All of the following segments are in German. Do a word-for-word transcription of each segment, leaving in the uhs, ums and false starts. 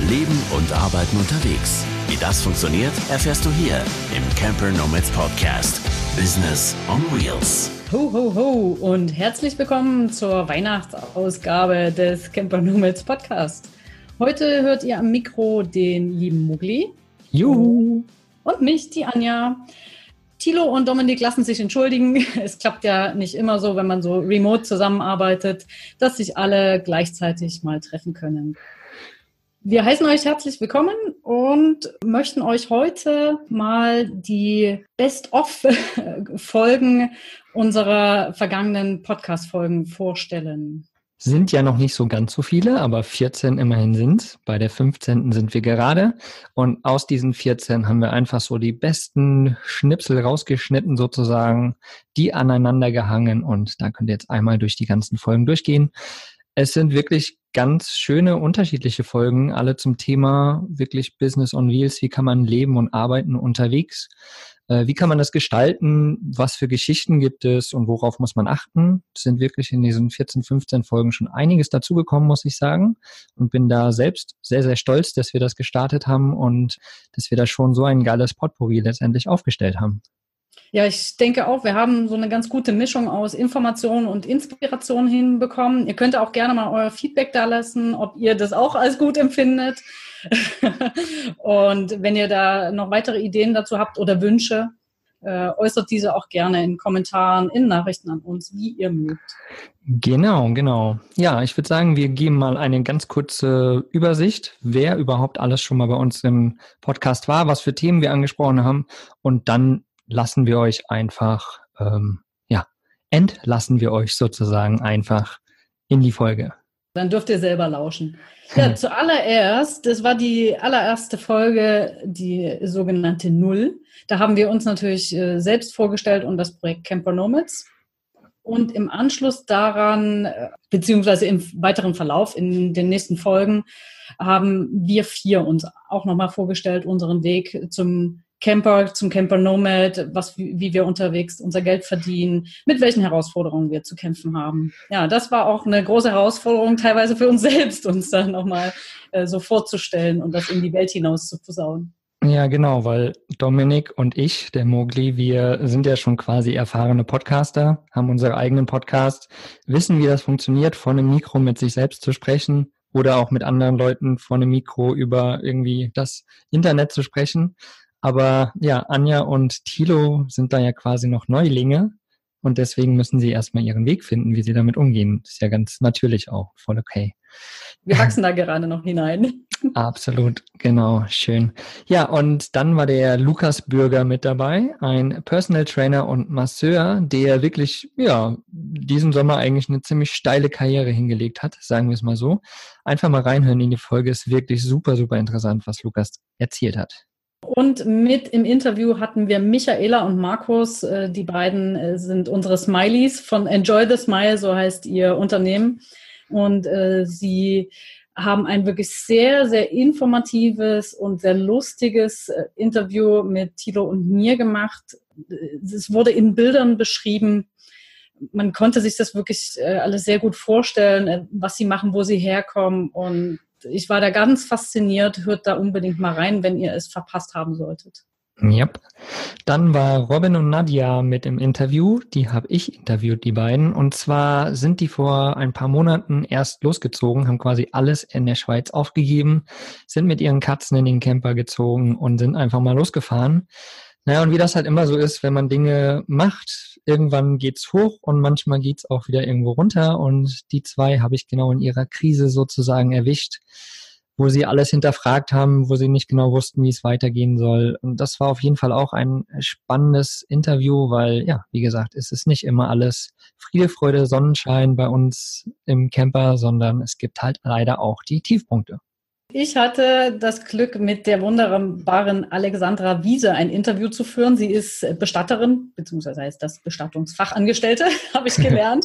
Leben und Arbeiten unterwegs. Wie das funktioniert, erfährst du hier im Camper Nomads Podcast. Business on Wheels. Ho, ho, ho und herzlich willkommen zur Weihnachtsausgabe des Camper Nomads Podcast. Heute hört ihr am Mikro den lieben Mugli. Juhu! Und mich, die Anja. Thilo und Dominik lassen sich entschuldigen. Es klappt ja nicht immer so, wenn man so remote zusammenarbeitet, dass sich alle gleichzeitig mal treffen können. Wir heißen euch herzlich willkommen und möchten euch heute mal die Best-of-Folgen unserer vergangenen Podcast-Folgen vorstellen. Sind ja noch nicht so ganz so viele, aber vierzehn immerhin sind's. Bei der fünfzehnten sind wir gerade. Und aus diesen vierzehn haben wir einfach so die besten Schnipsel rausgeschnitten sozusagen, die aneinander gehangen. Und da könnt ihr jetzt einmal durch die ganzen Folgen durchgehen. Es sind wirklich ganz schöne, unterschiedliche Folgen, alle zum Thema wirklich Business on Wheels. Wie kann man leben und arbeiten unterwegs? Wie kann man das gestalten? Was für Geschichten gibt es und worauf muss man achten? Es sind wirklich in diesen vierzehn, fünfzehn Folgen schon einiges dazugekommen, muss ich sagen. Und bin da selbst sehr, sehr stolz, dass wir das gestartet haben und dass wir da schon so ein geiles Potpourri letztendlich aufgestellt haben. Ja, ich denke auch, wir haben so eine ganz gute Mischung aus Information und Inspiration hinbekommen. Ihr könnt auch gerne mal euer Feedback da lassen, ob ihr das auch als gut empfindet. Und wenn ihr da noch weitere Ideen dazu habt oder Wünsche, äh, äußert diese auch gerne in Kommentaren, in Nachrichten an uns, wie ihr mögt. Genau, genau. Ja, ich würde sagen, wir geben mal eine ganz kurze Übersicht, wer überhaupt alles schon mal bei uns im Podcast war, was für Themen wir angesprochen haben, und dann lassen wir euch einfach, ähm, ja, entlassen wir euch sozusagen einfach in die Folge. Dann dürft ihr selber lauschen. Ja, zuallererst, das war die allererste Folge, die sogenannte Null. Da haben wir uns natürlich äh, selbst vorgestellt und das Projekt Camper Nomads. Und im Anschluss daran, äh, beziehungsweise im weiteren Verlauf in den nächsten Folgen, haben wir vier uns auch nochmal vorgestellt, unseren Weg zum Camper, zum Camper Nomad, was, wie wir unterwegs unser Geld verdienen, mit welchen Herausforderungen wir zu kämpfen haben. Ja, das war auch eine große Herausforderung, teilweise für uns selbst, uns dann nochmal äh, so vorzustellen und das in die Welt hinaus zu posaunen. Ja, genau, weil Dominik und ich, der Mowgli, wir sind ja schon quasi erfahrene Podcaster, haben unsere eigenen Podcasts, wissen, wie das funktioniert, vor einem Mikro mit sich selbst zu sprechen oder auch mit anderen Leuten vor einem Mikro über irgendwie das Internet zu sprechen. Aber ja, Anja und Thilo sind da ja quasi noch Neulinge und deswegen müssen sie erstmal ihren Weg finden, wie sie damit umgehen. Das ist ja ganz natürlich auch voll okay. Wir wachsen da gerade noch hinein. Absolut, genau, schön. Ja, und dann war der Lukas Bürger mit dabei, ein Personal Trainer und Masseur, der wirklich, ja, diesen Sommer eigentlich eine ziemlich steile Karriere hingelegt hat, sagen wir es mal so. Einfach mal reinhören in die Folge, ist wirklich super, super interessant, was Lukas erzählt hat. Und mit im Interview hatten wir Michaela und Markus. Die beiden sind unsere Smileys von Enjoy the Smile, so heißt ihr Unternehmen. Und äh, sie haben ein wirklich sehr, sehr informatives und sehr lustiges äh, Interview mit Thilo und mir gemacht. Es wurde in Bildern beschrieben. Man konnte sich das wirklich äh, alles sehr gut vorstellen, äh, was sie machen, wo sie herkommen. Und ich war da ganz fasziniert. Hört da unbedingt mal rein, wenn ihr es verpasst haben solltet. Yep. Dann war Robin und Nadja mit im Interview. Die habe ich interviewt, die beiden. Und zwar sind die vor ein paar Monaten erst losgezogen, haben quasi alles in der Schweiz aufgegeben, sind mit ihren Katzen in den Camper gezogen und sind einfach mal losgefahren. Naja, und wie das halt immer so ist, wenn man Dinge macht, irgendwann geht's hoch und manchmal geht's auch wieder irgendwo runter. Und die zwei habe ich genau in ihrer Krise sozusagen erwischt, wo sie alles hinterfragt haben, wo sie nicht genau wussten, wie es weitergehen soll. Und das war auf jeden Fall auch ein spannendes Interview, weil, ja, wie gesagt, es ist nicht immer alles Friede, Freude, Sonnenschein bei uns im Camper, sondern es gibt halt leider auch die Tiefpunkte. Ich hatte das Glück, mit der wunderbaren Alexandra Wiese ein Interview zu führen. Sie ist Bestatterin, beziehungsweise heißt das Bestattungsfachangestellte, habe ich gelernt.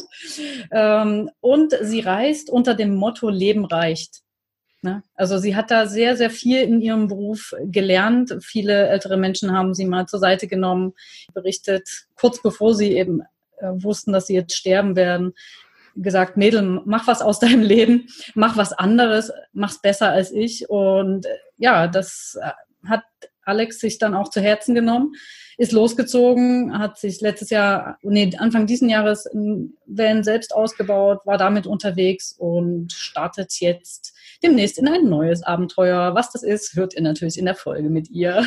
Und sie reist unter dem Motto Leben reicht. Also sie hat da sehr, sehr viel in ihrem Beruf gelernt. Viele ältere Menschen haben sie mal zur Seite genommen, berichtet, kurz bevor sie eben wussten, dass sie jetzt sterben werden, gesagt, Mädel, mach was aus deinem Leben, mach was anderes, mach's besser als ich. Und ja, das hat Alex sich dann auch zu Herzen genommen, ist losgezogen, hat sich letztes Jahr, nee, Anfang diesen Jahres ein Van selbst ausgebaut, war damit unterwegs und startet jetzt demnächst in ein neues Abenteuer. Was das ist, hört ihr natürlich in der Folge mit ihr.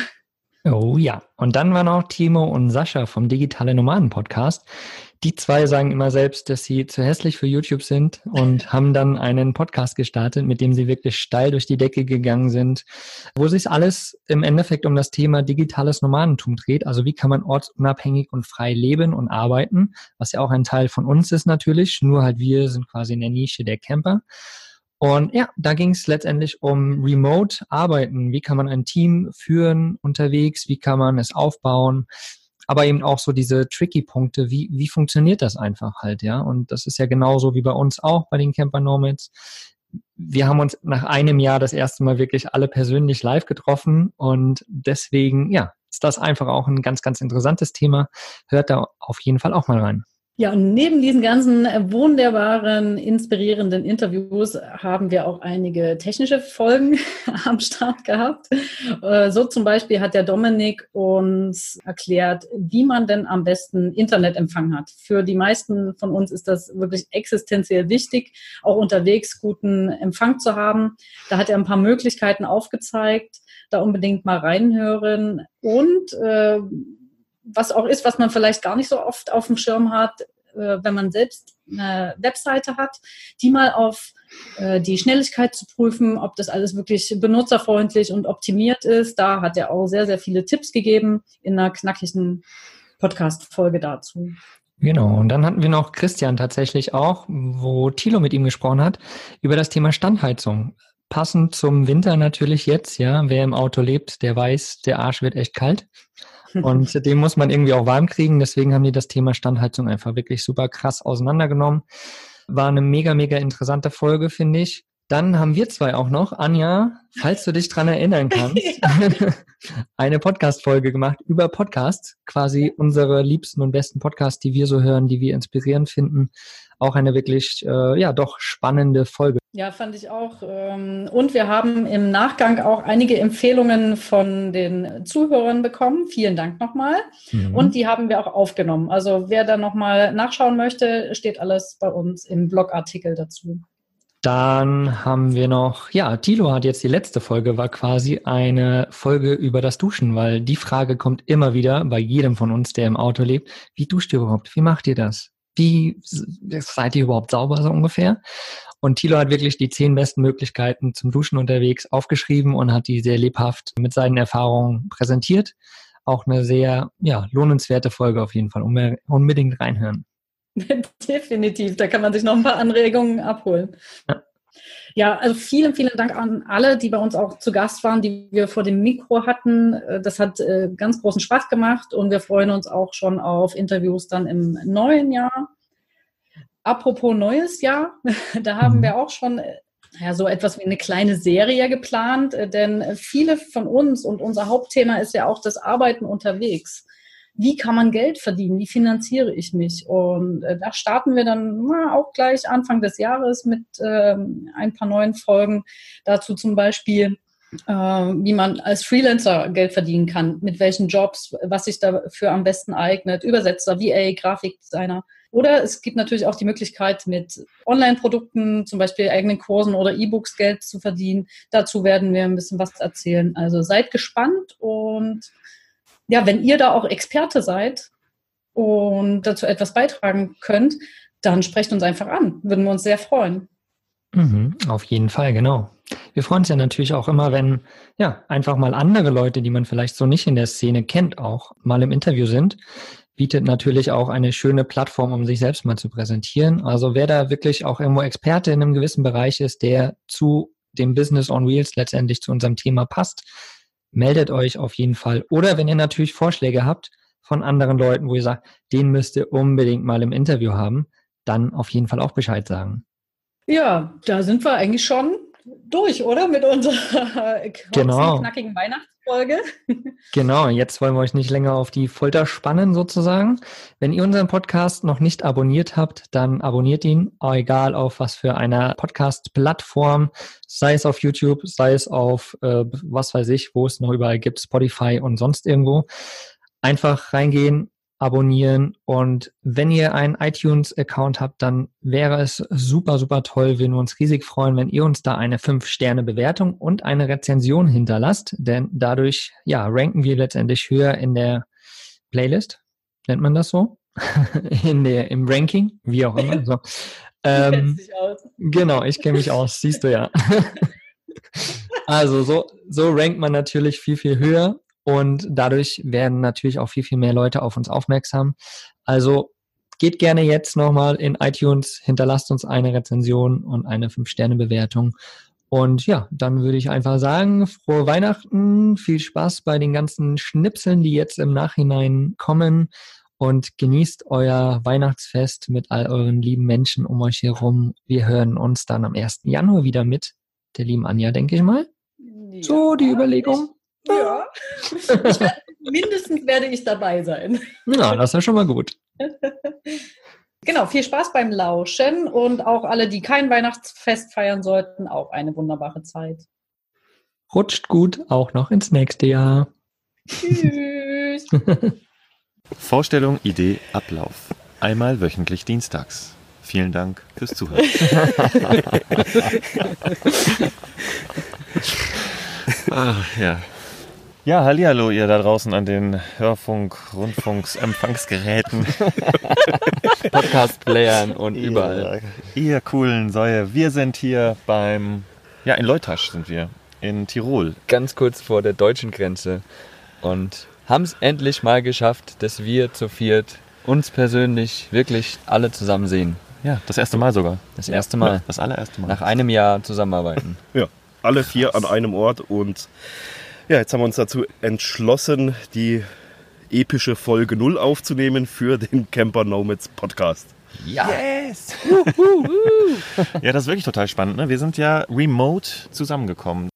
Oh ja, und dann waren auch Timo und Sascha vom Digitale Nomaden Podcast. Die zwei sagen immer selbst, dass sie zu hässlich für YouTube sind und haben dann einen Podcast gestartet, mit dem sie wirklich steil durch die Decke gegangen sind, wo sich alles im Endeffekt um das Thema digitales Nomadentum dreht. Also wie kann man ortsunabhängig und frei leben und arbeiten, was ja auch ein Teil von uns ist natürlich, nur halt wir sind quasi in der Nische der Camper. Und ja, da ging es letztendlich um Remote-Arbeiten. Wie kann man ein Team führen unterwegs? Wie kann man es aufbauen? Aber eben auch so diese tricky Punkte. Wie, wie funktioniert das einfach halt, ja? Und das ist ja genauso wie bei uns auch bei den Camper Nomads. Wir haben uns nach einem Jahr das erste Mal wirklich alle persönlich live getroffen und deswegen, ja, ist das einfach auch ein ganz, ganz interessantes Thema. Hört da auf jeden Fall auch mal rein. Ja, und neben diesen ganzen wunderbaren, inspirierenden Interviews haben wir auch einige technische Folgen am Start gehabt. So zum Beispiel hat der Dominik uns erklärt, wie man denn am besten Internetempfang hat. Für die meisten von uns ist das wirklich existenziell wichtig, auch unterwegs guten Empfang zu haben. Da hat er ein paar Möglichkeiten aufgezeigt, da unbedingt mal reinhören und äh, was auch ist, was man vielleicht gar nicht so oft auf dem Schirm hat, äh, wenn man selbst eine Webseite hat, die mal auf äh, die Schnelligkeit zu prüfen, ob das alles wirklich benutzerfreundlich und optimiert ist. Da hat er auch sehr, sehr viele Tipps gegeben in einer knackigen Podcast-Folge dazu. Genau, und dann hatten wir noch Christian tatsächlich auch, wo Thilo mit ihm gesprochen hat, über das Thema Standheizung. Passend zum Winter natürlich jetzt, ja, wer im Auto lebt, der weiß, der Arsch wird echt kalt. Und den muss man irgendwie auch warm kriegen. Deswegen haben die das Thema Standheizung einfach wirklich super krass auseinandergenommen. War eine mega, mega interessante Folge, finde ich. Dann haben wir zwei auch noch, Anja, falls du dich dran erinnern kannst, ja. eine Podcast-Folge gemacht über Podcasts. Quasi unsere liebsten und besten Podcasts, die wir so hören, die wir inspirierend finden. Auch eine wirklich, äh, ja, doch spannende Folge. Ja, fand ich auch. Und wir haben im Nachgang auch einige Empfehlungen von den Zuhörern bekommen. Vielen Dank nochmal. Mhm. Und die haben wir auch aufgenommen. Also wer da nochmal nachschauen möchte, steht alles bei uns im Blogartikel dazu. Dann haben wir noch, ja, Thilo hat jetzt die letzte Folge, war quasi eine Folge über das Duschen, weil die Frage kommt immer wieder bei jedem von uns, der im Auto lebt. Wie duscht ihr überhaupt? Wie macht ihr das? Wie seid ihr überhaupt sauber so ungefähr? Und Thilo hat wirklich die zehn besten Möglichkeiten zum Duschen unterwegs aufgeschrieben und hat die sehr lebhaft mit seinen Erfahrungen präsentiert. Auch eine sehr, ja, lohnenswerte Folge auf jeden Fall. Unbedingt reinhören. Definitiv, da kann man sich noch ein paar Anregungen abholen. Ja. Ja, also vielen, vielen Dank an alle, die bei uns auch zu Gast waren, die wir vor dem Mikro hatten. Das hat äh, ganz großen Spaß gemacht und wir freuen uns auch schon auf Interviews dann im neuen Jahr. Apropos neues Jahr, da haben wir auch schon ja, so etwas wie eine kleine Serie geplant, denn viele von uns und unser Hauptthema ist ja auch das Arbeiten unterwegs. Wie kann man Geld verdienen? Wie finanziere ich mich? Und äh, da starten wir dann na, auch gleich Anfang des Jahres mit ähm, ein paar neuen Folgen. Dazu zum Beispiel, äh, wie man als Freelancer Geld verdienen kann, mit welchen Jobs, was sich dafür am besten eignet, Übersetzer, V A, Grafikdesigner. Oder es gibt natürlich auch die Möglichkeit, mit Online-Produkten, zum Beispiel eigenen Kursen oder E-Books Geld zu verdienen. Dazu werden wir ein bisschen was erzählen. Also seid gespannt und ja, wenn ihr da auch Experte seid und dazu etwas beitragen könnt, dann sprecht uns einfach an. Würden wir uns sehr freuen. Mhm, auf jeden Fall, genau. Wir freuen uns ja natürlich auch immer, wenn ja einfach mal andere Leute, die man vielleicht so nicht in der Szene kennt, auch mal im Interview sind. Bietet natürlich auch eine schöne Plattform, um sich selbst mal zu präsentieren. Also wer da wirklich auch irgendwo Experte in einem gewissen Bereich ist, der zu dem Business on Wheels letztendlich zu unserem Thema passt, meldet euch auf jeden Fall. Oder wenn ihr natürlich Vorschläge habt von anderen Leuten, wo ihr sagt, den müsst ihr unbedingt mal im Interview haben, dann auf jeden Fall auch Bescheid sagen. Ja, da sind wir eigentlich schon durch, oder? Mit unserer Genau. knackigen Weihnachtsfolge. Genau, jetzt wollen wir euch nicht länger auf die Folter spannen sozusagen. Wenn ihr unseren Podcast noch nicht abonniert habt, dann abonniert ihn, egal auf was für einer Podcast-Plattform, sei es auf YouTube, sei es auf äh, was weiß ich, wo es noch überall gibt, Spotify und sonst irgendwo. Einfach reingehen, abonnieren, und wenn ihr einen iTunes-Account habt, dann wäre es super, super toll, würden wir uns riesig freuen, wenn ihr uns da eine fünf Sterne Bewertung und eine Rezension hinterlasst, denn dadurch, ja, ranken wir letztendlich höher in der Playlist, nennt man das so? in der, im Ranking, wie auch immer. So. Ähm, genau, ich kenne mich aus, siehst du ja. Also so, so rankt man natürlich viel, viel höher. Und dadurch werden natürlich auch viel, viel mehr Leute auf uns aufmerksam. Also geht gerne jetzt nochmal in iTunes, hinterlasst uns eine Rezension und eine fünf Sterne Bewertung. Und ja, dann würde ich einfach sagen, frohe Weihnachten, viel Spaß bei den ganzen Schnipseln, die jetzt im Nachhinein kommen. Und genießt euer Weihnachtsfest mit all euren lieben Menschen um euch herum. Wir hören uns dann am ersten Januar wieder mit der lieben Anja, denke ich mal. Ja, so die Überlegung. Ich, ja, ich werde, mindestens werde ich dabei sein. Ja, das ist ja schon mal gut. Genau, viel Spaß beim Lauschen und auch alle, die kein Weihnachtsfest feiern sollten, auch eine wunderbare Zeit. Rutscht gut auch noch ins nächste Jahr. Tschüss. Vorstellung, Idee, Ablauf. Einmal wöchentlich dienstags. Vielen Dank fürs Zuhören. Ach, ja. Ja, hallihallo, ihr da draußen an den Hörfunk-, Rundfunks-, Empfangsgeräten. Podcast-Playern und überall. Ihr, ihr coolen Säue. Wir sind hier beim, ja, in Leutasch sind wir, in Tirol. Ganz kurz vor der deutschen Grenze. Und haben es endlich mal geschafft, dass wir zu viert uns persönlich wirklich alle zusammen sehen. Ja, das erste Mal sogar. Das erste Mal. Ja, das allererste Mal. Nach einem Jahr zusammenarbeiten. Ja, alle vier an einem Ort, und ja, jetzt haben wir uns dazu entschlossen, die epische Folge null aufzunehmen für den Camper Nomads Podcast. Ja! Yes! Ja, das ist wirklich total spannend, ne? Wir sind ja remote zusammengekommen.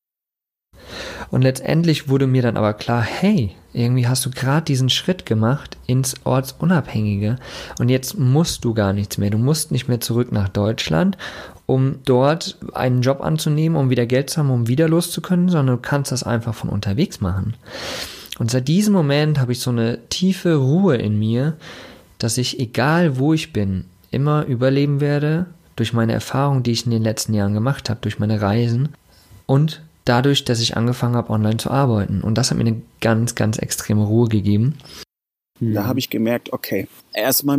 Und letztendlich wurde mir dann aber klar, hey, irgendwie hast du gerade diesen Schritt gemacht ins Ortsunabhängige und jetzt musst du gar nichts mehr. Du musst nicht mehr zurück nach Deutschland, um dort einen Job anzunehmen, um wieder Geld zu haben, um wieder los zu können, sondern du kannst das einfach von unterwegs machen. Und seit diesem Moment habe ich so eine tiefe Ruhe in mir, dass ich, egal wo ich bin, immer überleben werde durch meine Erfahrungen, die ich in den letzten Jahren gemacht habe, durch meine Reisen und dadurch, dass ich angefangen habe, online zu arbeiten. Und das hat mir eine ganz, ganz extreme Ruhe gegeben. Da habe ich gemerkt, okay, erstmal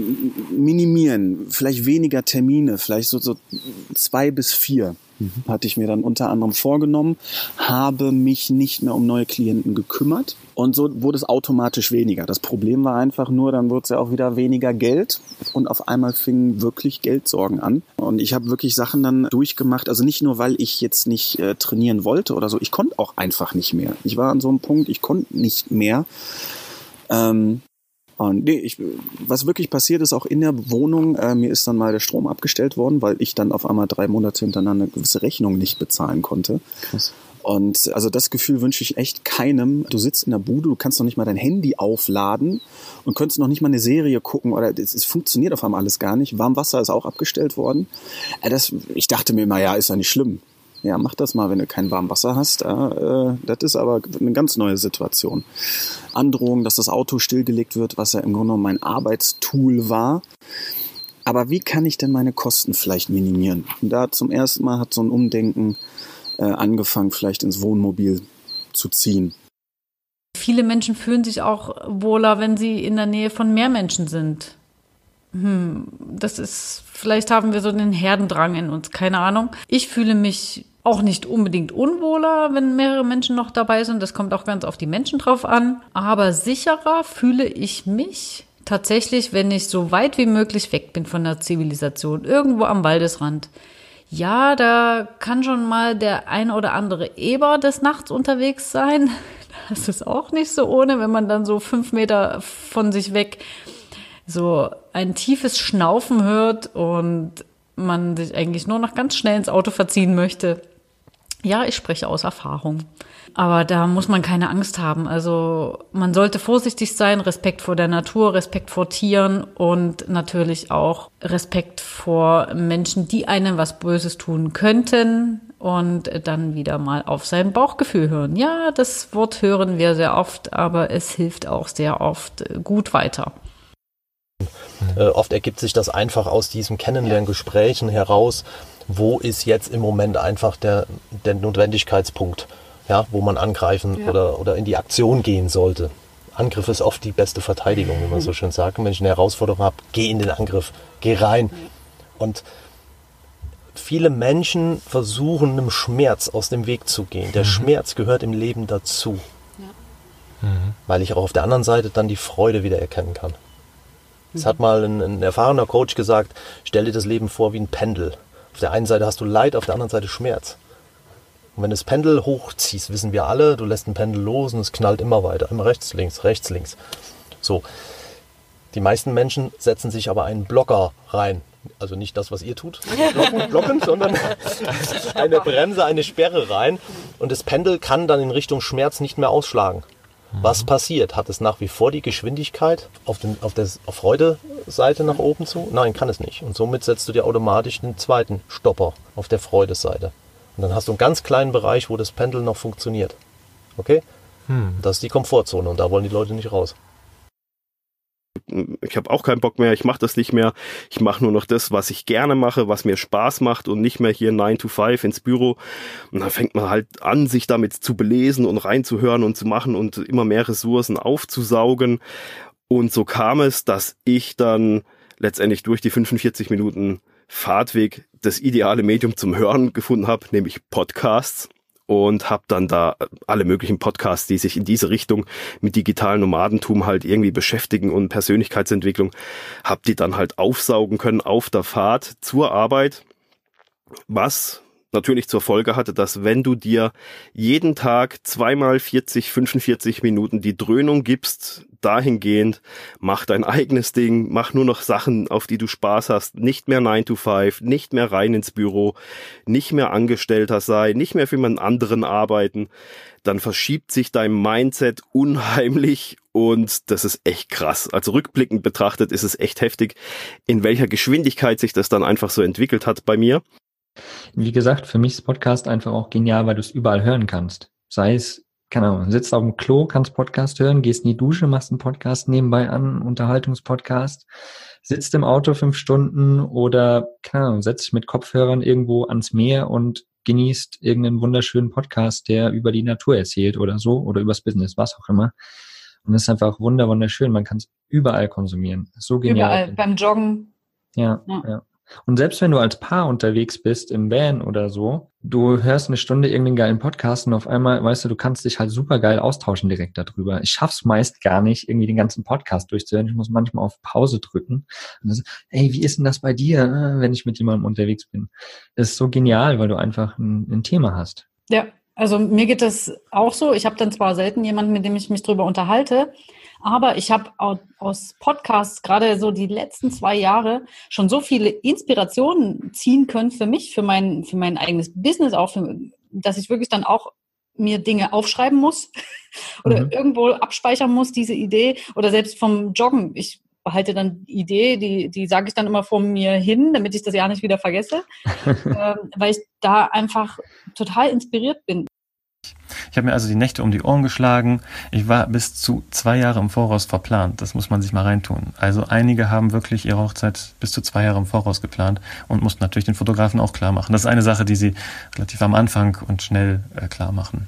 minimieren, vielleicht weniger Termine, vielleicht so, so zwei bis vier mhm. hatte ich mir dann unter anderem vorgenommen, habe mich nicht mehr um neue Klienten gekümmert und so wurde es automatisch weniger. Das Problem war einfach nur, dann wurde es ja auch wieder weniger Geld und auf einmal fingen wirklich Geldsorgen an. Und ich habe wirklich Sachen dann durchgemacht, also nicht nur, weil ich jetzt nicht äh, trainieren wollte oder so, ich konnte auch einfach nicht mehr. Ich war an so einem Punkt, ich konnte nicht mehr. Ähm, und nee, ich, was wirklich passiert ist, auch in der Wohnung, äh, mir ist dann mal der Strom abgestellt worden, weil ich dann auf einmal drei Monate hintereinander eine gewisse Rechnung nicht bezahlen konnte. Krass. Und also das Gefühl wünsche ich echt keinem. Du sitzt in der Bude, du kannst noch nicht mal dein Handy aufladen und könntest noch nicht mal eine Serie gucken oder es, es funktioniert auf einmal alles gar nicht. Warmwasser ist auch abgestellt worden. Äh, das, ich dachte mir immer, ja, ist ja nicht schlimm. Ja, mach das mal, wenn du kein warmes Wasser hast. Äh, das ist aber eine ganz neue Situation. Androhung, dass das Auto stillgelegt wird, was ja im Grunde genommen mein Arbeitstool war. Aber wie kann ich denn meine Kosten vielleicht minimieren? Und da zum ersten Mal hat so ein Umdenken äh, angefangen, vielleicht ins Wohnmobil zu ziehen. Viele Menschen fühlen sich auch wohler, wenn sie in der Nähe von mehr Menschen sind. Hm, das ist, vielleicht haben wir so den Herdendrang in uns, keine Ahnung. Ich fühle mich auch nicht unbedingt unwohler, wenn mehrere Menschen noch dabei sind. Das kommt auch ganz auf die Menschen drauf an. Aber sicherer fühle ich mich tatsächlich, wenn ich so weit wie möglich weg bin von der Zivilisation, irgendwo am Waldesrand. Ja, da kann schon mal der ein oder andere Eber des Nachts unterwegs sein. Das ist auch nicht so ohne, wenn man dann so fünf Meter von sich weg so ein tiefes Schnaufen hört und man sich eigentlich nur noch ganz schnell ins Auto verziehen möchte. Ja, ich spreche aus Erfahrung. Aber da muss man keine Angst haben. Also man sollte vorsichtig sein, Respekt vor der Natur, Respekt vor Tieren und natürlich auch Respekt vor Menschen, die einem was Böses tun könnten und dann wieder mal auf sein Bauchgefühl hören. Ja, das Wort hören wir sehr oft, aber es hilft auch sehr oft gut weiter. Äh, oft ergibt sich das einfach aus diesen Kennenlerngesprächen heraus. Wo ist jetzt im Moment einfach der, der Notwendigkeitspunkt, ja, wo man angreifen ja. oder, oder in die Aktion gehen sollte. Angriff ist oft die beste Verteidigung, wie man so schön sagt. Und wenn ich eine Herausforderung habe, geh in den Angriff, geh rein. Und viele Menschen versuchen, einem Schmerz aus dem Weg zu gehen. Der mhm. Schmerz gehört im Leben dazu. Ja. Mhm. Weil ich auch auf der anderen Seite dann die Freude wieder erkennen kann. Es mhm. hat mal ein, ein erfahrener Coach gesagt, stell dir das Leben vor wie ein Pendel. Auf der einen Seite hast du Leid, auf der anderen Seite Schmerz. Und wenn du das Pendel hochziehst, wissen wir alle, du lässt ein Pendel los und es knallt immer weiter. Immer rechts, links, rechts, links. So. Die meisten Menschen setzen sich aber einen Blocker rein. Also nicht das, was ihr tut, blocken, blocken, sondern eine Bremse, eine Sperre rein. Und das Pendel kann dann in Richtung Schmerz nicht mehr ausschlagen. Was passiert? Hat es nach wie vor die Geschwindigkeit auf, den, auf der auf Freude-Seite nach oben zu? Nein, kann es nicht. Und somit setzt du dir automatisch den zweiten Stopper auf der Freude-Seite. Und dann hast du einen ganz kleinen Bereich, wo das Pendel noch funktioniert. Okay? Hm. Das ist die Komfortzone und da wollen die Leute nicht raus. Ich habe auch keinen Bock mehr, ich mache das nicht mehr. Ich mache nur noch das, was ich gerne mache, was mir Spaß macht und nicht mehr hier nine to five ins Büro. Und dann fängt man halt an, sich damit zu belesen und reinzuhören und zu machen und immer mehr Ressourcen aufzusaugen. Und so kam es, dass ich dann letztendlich durch die fünfundvierzig Minuten Fahrtweg das ideale Medium zum Hören gefunden habe, nämlich Podcasts. Und habe dann da alle möglichen Podcasts, die sich in diese Richtung mit digitalem Nomadentum halt irgendwie beschäftigen und Persönlichkeitsentwicklung, habe die dann halt aufsaugen können auf der Fahrt zur Arbeit, was natürlich zur Folge hatte, dass wenn du dir jeden Tag zweimal vierzig, fünfundvierzig Minuten die Dröhnung gibst, dahingehend, mach dein eigenes Ding, mach nur noch Sachen, auf die du Spaß hast, nicht mehr nine to five, nicht mehr rein ins Büro, nicht mehr Angestellter sein, nicht mehr für jemand anderen arbeiten, dann verschiebt sich dein Mindset unheimlich und das ist echt krass. Also rückblickend betrachtet ist es echt heftig, in welcher Geschwindigkeit sich das dann einfach so entwickelt hat bei mir. Wie gesagt, für mich ist Podcast einfach auch genial, weil du es überall hören kannst. Sei es, keine Ahnung, sitzt auf dem Klo, kannst Podcast hören, gehst in die Dusche, machst einen Podcast nebenbei an, einen Unterhaltungspodcast, sitzt im Auto fünf Stunden oder, keine Ahnung, setzt dich mit Kopfhörern irgendwo ans Meer und genießt irgendeinen wunderschönen Podcast, der über die Natur erzählt oder so oder übers Business, was auch immer. Und das ist einfach wunder, wunderschön. Man kann es überall konsumieren. So genial. Überall, beim Joggen. Ja, ja, ja. Und selbst wenn du als Paar unterwegs bist im Van oder so, du hörst eine Stunde irgendeinen geilen Podcast und auf einmal, weißt du, du kannst dich halt super geil austauschen direkt darüber. Ich schaff's meist gar nicht, irgendwie den ganzen Podcast durchzuhören. Ich muss manchmal auf Pause drücken. Und dann so, ey, wie ist denn das bei dir, wenn ich mit jemandem unterwegs bin? Das ist so genial, weil du einfach ein, ein Thema hast. Ja, also mir geht das auch so. Ich habe dann zwar selten jemanden, mit dem ich mich drüber unterhalte, aber ich habe aus Podcasts gerade so die letzten zwei Jahre schon so viele Inspirationen ziehen können für mich, für mein, für mein eigenes Business auch, für, dass ich wirklich dann auch mir Dinge aufschreiben muss oder mhm. irgendwo abspeichern muss, diese Idee. Oder selbst vom Joggen. Ich behalte dann die Idee, die, die sage ich dann immer vor mir hin, damit ich das ja nicht wieder vergesse, ähm, weil ich da einfach total inspiriert bin. Ich habe mir also die Nächte um die Ohren geschlagen. Ich war bis zu zwei Jahre im Voraus verplant. Das muss man sich mal reintun. Also einige haben wirklich ihre Hochzeit bis zu zwei Jahre im Voraus geplant und mussten natürlich den Fotografen auch klar machen. Das ist eine Sache, die sie relativ am Anfang und schnell äh, klar machen.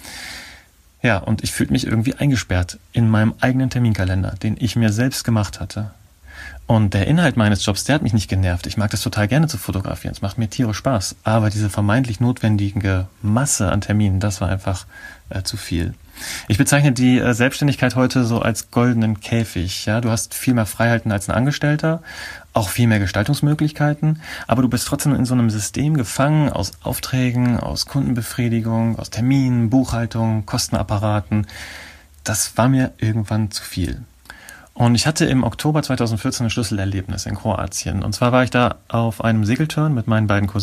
Ja, und ich fühlte mich irgendwie eingesperrt in meinem eigenen Terminkalender, den ich mir selbst gemacht hatte. Und der Inhalt meines Jobs, der hat mich nicht genervt. Ich mag das total gerne zu fotografieren. Es macht mir tierisch Spaß. Aber diese vermeintlich notwendige Masse an Terminen, das war einfach äh, zu viel. Ich bezeichne die äh, Selbstständigkeit heute so als goldenen Käfig. Ja, du hast viel mehr Freiheiten als ein Angestellter, auch viel mehr Gestaltungsmöglichkeiten. Aber du bist trotzdem in so einem System gefangen aus Aufträgen, aus Kundenbefriedigung, aus Terminen, Buchhaltung, Kostenapparaten. Das war mir irgendwann zu viel. Und ich hatte im Oktober zweitausendvierzehn ein Schlüsselerlebnis in Kroatien. Und zwar war ich da auf einem Segeltörn mit meinen beiden Cousins.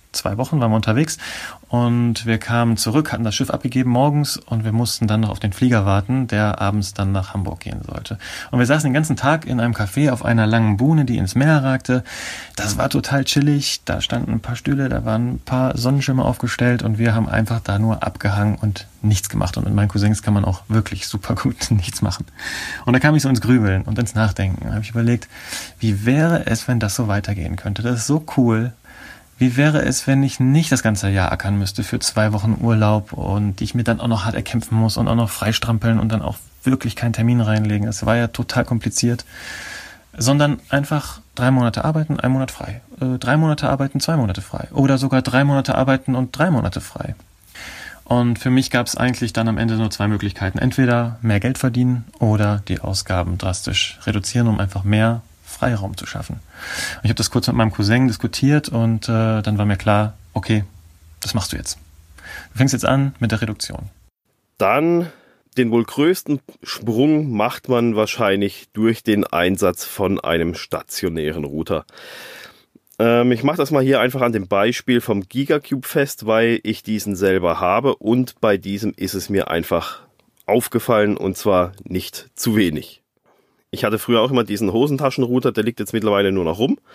zwei Wochen waren wir unterwegs und wir kamen zurück, hatten das Schiff abgegeben morgens und wir mussten dann noch auf den Flieger warten, der abends dann nach Hamburg gehen sollte. Und wir saßen den ganzen Tag in einem Café auf einer langen Buhne, die ins Meer ragte. Das war total chillig, da standen ein paar Stühle, da waren ein paar Sonnenschirme aufgestellt und wir haben einfach da nur abgehangen und nichts gemacht. Und mit meinen Cousins kann man auch wirklich super gut nichts machen. Und da kam ich so ins Grübeln und ins Nachdenken. Da habe ich überlegt, wie wäre es, wenn das so weitergehen könnte? Das ist so cool. Wie wäre es, wenn ich nicht das ganze Jahr ackern müsste für zwei Wochen Urlaub und die ich mir dann auch noch hart erkämpfen muss und auch noch freistrampeln und dann auch wirklich keinen Termin reinlegen. Es war ja total kompliziert. Sondern einfach drei Monate arbeiten, ein Monat frei. Äh, drei Monate arbeiten, zwei Monate frei. Oder sogar drei Monate arbeiten und drei Monate frei. Und für mich gab es eigentlich dann am Ende nur zwei Möglichkeiten. Entweder mehr Geld verdienen oder die Ausgaben drastisch reduzieren, um einfach mehr Freiraum zu schaffen. Und ich habe das kurz mit meinem Cousin diskutiert und äh, dann war mir klar, okay, das machst du jetzt. Du fängst jetzt an mit der Reduktion. Dann den wohl größten Sprung macht man wahrscheinlich durch den Einsatz von einem stationären Router. Ähm, ich mache das mal hier einfach an dem Beispiel vom GigaCube fest, weil ich diesen selber habe und bei diesem ist es mir einfach aufgefallen und zwar nicht zu wenig. Ich hatte früher auch immer diesen Hosentaschenrouter, der liegt jetzt mittlerweile nur noch rum.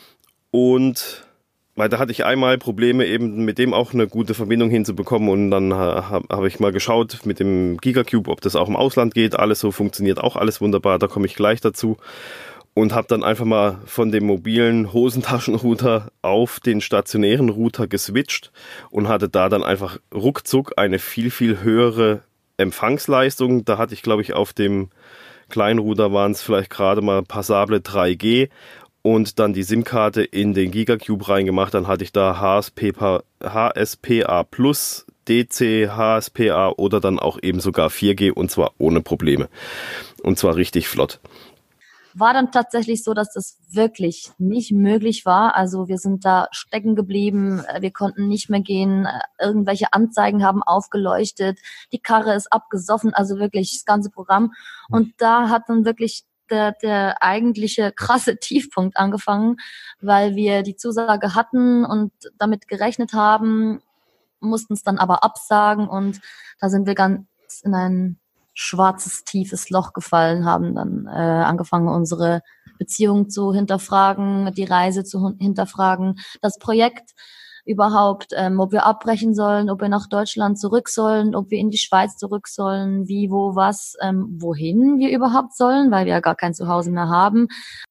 Und weil da hatte ich einmal Probleme eben mit dem auch eine gute Verbindung hinzubekommen und dann habe hab ich mal geschaut mit dem GigaCube, ob das auch im Ausland geht. Alles so funktioniert auch alles wunderbar, da komme ich gleich dazu. Und habe dann einfach mal von dem mobilen Hosentaschenrouter auf den stationären Router geswitcht und hatte da dann einfach ruckzuck eine viel, viel höhere Empfangsleistung. Da hatte ich, glaube ich, auf dem Kleinrouter waren es vielleicht gerade mal passable drei G und dann die SIM-Karte in den GigaCube reingemacht. Dann hatte ich da H S P A plus, D C, H S P A oder dann auch eben sogar vier G und zwar ohne Probleme. Und zwar richtig flott. War dann tatsächlich so, dass das wirklich nicht möglich war. Also wir sind da stecken geblieben, wir konnten nicht mehr gehen, irgendwelche Anzeigen haben aufgeleuchtet, die Karre ist abgesoffen, also wirklich das ganze Programm. Und da hat dann wirklich der, der eigentliche krasse Tiefpunkt angefangen, weil wir die Zusage hatten und damit gerechnet haben, mussten es dann aber absagen und da sind wir ganz in ein schwarzes, tiefes Loch gefallen, haben dann äh, angefangen, unsere Beziehung zu hinterfragen, die Reise zu hinterfragen, das Projekt überhaupt, ähm, ob wir abbrechen sollen, ob wir nach Deutschland zurück sollen, ob wir in die Schweiz zurück sollen, wie, wo, was, ähm, wohin wir überhaupt sollen, weil wir ja gar kein Zuhause mehr haben.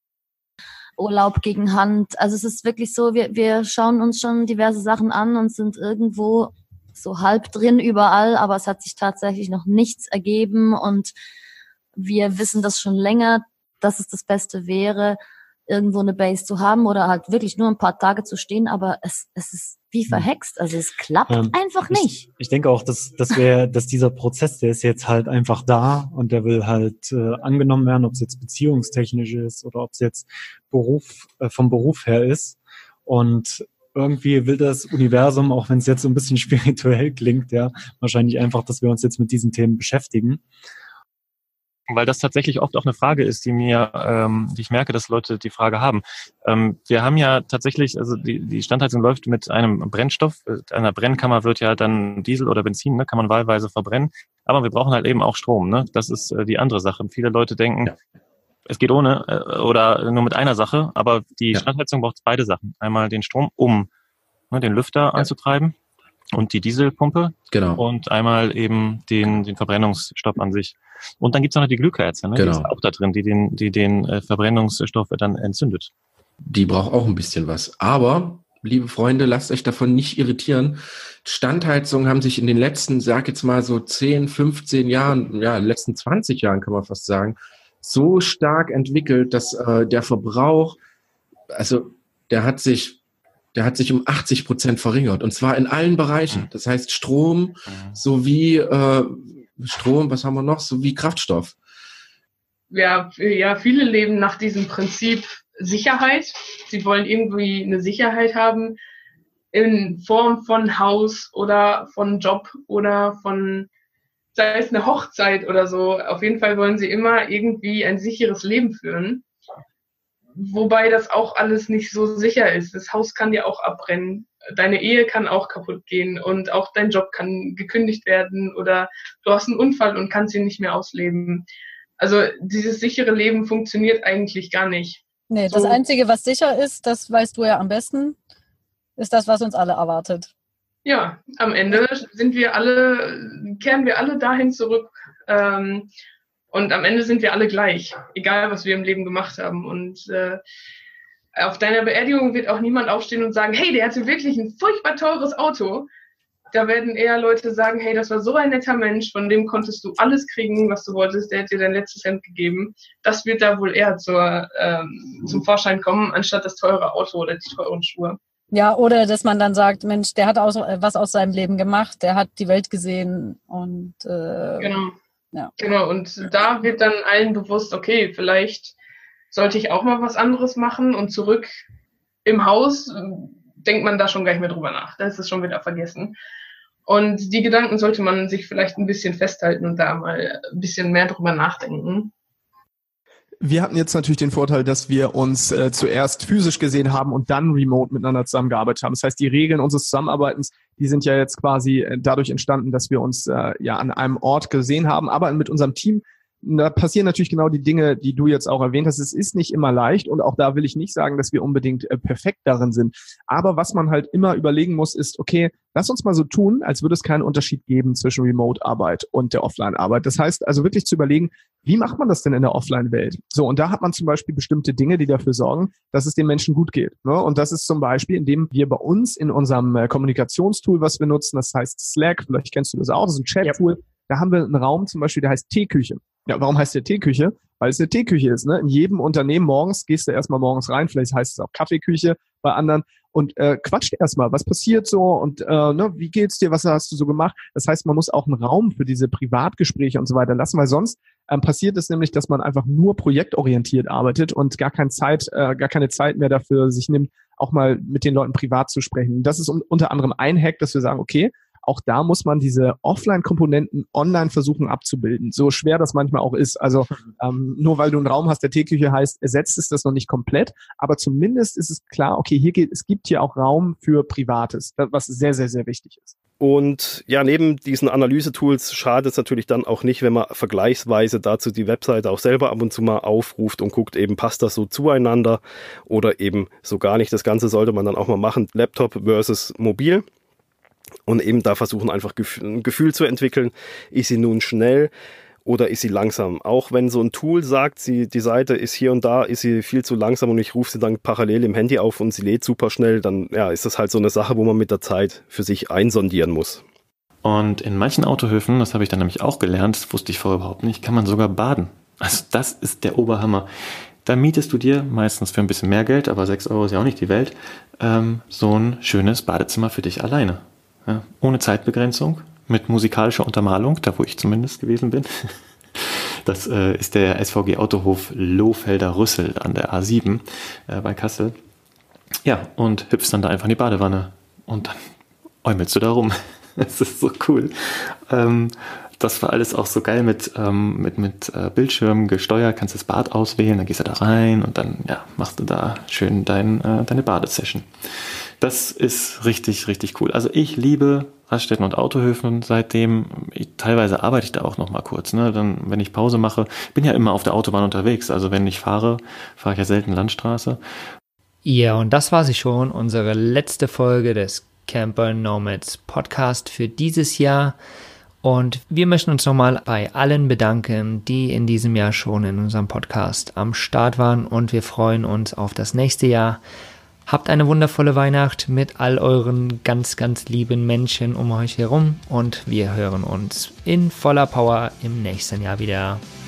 Urlaub gegen Hand. Also es ist wirklich so, wir, wir schauen uns schon diverse Sachen an und sind irgendwo so halb drin überall, aber es hat sich tatsächlich noch nichts ergeben und wir wissen das schon länger, dass es das Beste wäre, irgendwo eine Base zu haben oder halt wirklich nur ein paar Tage zu stehen, aber es, es ist wie verhext, also es klappt ähm, einfach nicht. Ich, ich denke auch, dass, dass, wir, dass dieser Prozess, der ist jetzt halt einfach da und der will halt äh, angenommen werden, ob es jetzt beziehungstechnisch ist oder ob es jetzt Beruf äh, vom Beruf her ist und irgendwie will das Universum, auch wenn es jetzt so ein bisschen spirituell klingt, ja, wahrscheinlich einfach, dass wir uns jetzt mit diesen Themen beschäftigen. Weil das tatsächlich oft auch eine Frage ist, die mir, ähm, die ich merke, dass Leute die Frage haben. Ähm, wir haben ja tatsächlich, also die, die Standheizung läuft mit einem Brennstoff. Einer Brennkammer wird ja dann Diesel oder Benzin, ne, kann man wahlweise verbrennen. Aber wir brauchen halt eben auch Strom, ne? Das ist äh, die andere Sache. Viele Leute denken, ja, es geht ohne äh, oder nur mit einer Sache, aber die ja. Standheizung braucht beide Sachen. Einmal den Strom, um ne, den Lüfter ja. anzutreiben und die Dieselpumpe. Genau. Und einmal eben den, den Verbrennungsstoff an sich. Und dann gibt's noch die Glühkerze, ne? Genau. Die ist auch da drin, die den, die den äh, Verbrennungsstoff dann entzündet. Die braucht auch ein bisschen was. Aber, liebe Freunde, lasst euch davon nicht irritieren. Standheizungen haben sich in den letzten, sag jetzt mal so zehn, fünfzehn Jahren, ja, letzten zwanzig Jahren kann man fast sagen, so stark entwickelt, dass äh, der Verbrauch, also der hat sich, der hat sich um achtzig Prozent verringert. Und zwar in allen Bereichen. Das heißt Strom sowie äh, Strom, was haben wir noch, sowie Kraftstoff. Ja, ja, viele leben nach diesem Prinzip Sicherheit. Sie wollen irgendwie eine Sicherheit haben in Form von Haus oder von Job oder von, sei es eine Hochzeit oder so. Auf jeden Fall wollen sie immer irgendwie ein sicheres Leben führen. Wobei das auch alles nicht so sicher ist. Das Haus kann ja auch abbrennen. deine Ehe kann auch kaputt gehen und auch dein Job kann gekündigt werden oder du hast einen Unfall und kannst ihn nicht mehr ausleben. Also dieses sichere Leben funktioniert eigentlich gar nicht. Nee, so, das Einzige, was sicher ist, das weißt du ja am besten, ist das, was uns alle erwartet. Ja, am Ende sind wir alle, kehren wir alle dahin zurück ähm, und am Ende sind wir alle gleich, egal was wir im Leben gemacht haben. Und äh, auf deiner Beerdigung wird auch niemand aufstehen und sagen, hey, der hatte wirklich ein furchtbar teures Auto. Da werden eher Leute sagen, hey, das war so ein netter Mensch, von dem konntest du alles kriegen, was du wolltest, der hat dir dein letztes Cent gegeben. Das wird da wohl eher zur, ähm, zum Vorschein kommen, anstatt das teure Auto oder die teuren Schuhe. Ja, oder dass man dann sagt, Mensch, der hat auch was aus seinem Leben gemacht, der hat die Welt gesehen und äh, genau. Ja. Genau, und da wird dann allen bewusst, okay, vielleicht sollte ich auch mal was anderes machen und zurück im Haus denkt man da schon gar nicht mehr drüber nach. Da ist es schon wieder vergessen. Und die Gedanken sollte man sich vielleicht ein bisschen festhalten und da mal ein bisschen mehr drüber nachdenken. Wir hatten jetzt natürlich den Vorteil, dass wir uns äh, zuerst physisch gesehen haben und dann remote miteinander zusammengearbeitet haben. Das heißt, die Regeln unseres Zusammenarbeitens, die sind ja jetzt quasi äh, dadurch entstanden, dass wir uns äh, ja an einem Ort gesehen haben, aber mit unserem Team. Da passieren natürlich genau die Dinge, die du jetzt auch erwähnt hast. Es ist nicht immer leicht und auch da will ich nicht sagen, dass wir unbedingt äh, perfekt darin sind. Aber was man halt immer überlegen muss, ist, okay, lass uns mal so tun, als würde es keinen Unterschied geben zwischen Remote-Arbeit und der Offline-Arbeit. Das heißt also wirklich zu überlegen, wie macht man das denn in der Offline-Welt? So, und da hat man zum Beispiel bestimmte Dinge, die dafür sorgen, dass es den Menschen gut geht. Ne? Und das ist zum Beispiel, indem wir bei uns in unserem äh, Kommunikationstool, was wir nutzen, das heißt Slack, vielleicht kennst du das auch, das ist ein Chat-Tool, yep. Da haben wir einen Raum zum Beispiel, der heißt Teeküche. Ja, warum heißt der Teeküche? Weil es eine Teeküche ist. Ne? In jedem Unternehmen morgens gehst du erstmal morgens rein, vielleicht heißt es auch Kaffeeküche bei anderen und äh, quatscht erstmal, was passiert so und äh, ne, wie geht's dir, was hast du so gemacht? Das heißt, man muss auch einen Raum für diese Privatgespräche und so weiter lassen, weil sonst ähm, passiert es nämlich, dass man einfach nur projektorientiert arbeitet und gar keine Zeit, äh, gar keine Zeit mehr dafür sich nimmt, auch mal mit den Leuten privat zu sprechen. Das ist un- unter anderem ein Hack, dass wir sagen, okay, auch da muss man diese Offline-Komponenten online versuchen abzubilden, so schwer das manchmal auch ist. Also ähm, nur weil du einen Raum hast, der Teeküche heißt, ersetzt es das noch nicht komplett, aber zumindest ist es klar, okay, hier geht, es gibt hier auch Raum für Privates, was sehr, sehr, sehr wichtig ist. Und ja, neben diesen Analyse-Tools schadet es natürlich dann auch nicht, wenn man vergleichsweise dazu die Webseite auch selber ab und zu mal aufruft und guckt, eben passt das so zueinander oder eben so gar nicht. Das Ganze sollte man dann auch mal machen, Laptop versus Mobil. Und eben da versuchen einfach ein Gefühl zu entwickeln, ist sie nun schnell oder ist sie langsam? Auch wenn so ein Tool sagt, sie, die Seite ist hier und da, ist sie viel zu langsam und ich rufe sie dann parallel im Handy auf und sie lädt super schnell, dann ja, ist das halt so eine Sache, wo man mit der Zeit für sich einsondieren muss. Und in manchen Autohöfen, das habe ich dann nämlich auch gelernt, das wusste ich vorher überhaupt nicht, kann man sogar baden. Also das ist der Oberhammer. Da mietest du dir meistens für ein bisschen mehr Geld, aber sechs Euro ist ja auch nicht die Welt, ähm, so ein schönes Badezimmer für dich alleine. Ja, ohne Zeitbegrenzung, mit musikalischer Untermalung, da wo ich zumindest gewesen bin. Das äh, ist der S V G Autohof Lohfelder Rüssel an der A sieben äh, bei Kassel. Ja, und hüpfst dann da einfach in die Badewanne und dann äumelst du da rum. Das ist so cool. Ähm, das war alles auch so geil mit, ähm, mit, mit äh, Bildschirm gesteuert, kannst das Bad auswählen, dann gehst du da rein und dann ja, machst du da schön dein, äh, deine Badesession. Das ist richtig, richtig cool. Also ich liebe Raststätten und Autohöfen seitdem. Ich, teilweise arbeite ich da auch noch mal kurz. Ne? Dann, wenn ich Pause mache, bin ja immer auf der Autobahn unterwegs. Also wenn ich fahre, fahre ich ja selten Landstraße. Ja, und das war sie schon, unsere letzte Folge des Camper Nomads Podcast für dieses Jahr. Und wir möchten uns nochmal bei allen bedanken, die in diesem Jahr schon in unserem Podcast am Start waren. Und wir freuen uns auf das nächste Jahr. Habt eine wundervolle Weihnacht mit all euren ganz, ganz lieben Menschen um euch herum und wir hören uns in voller Power im nächsten Jahr wieder.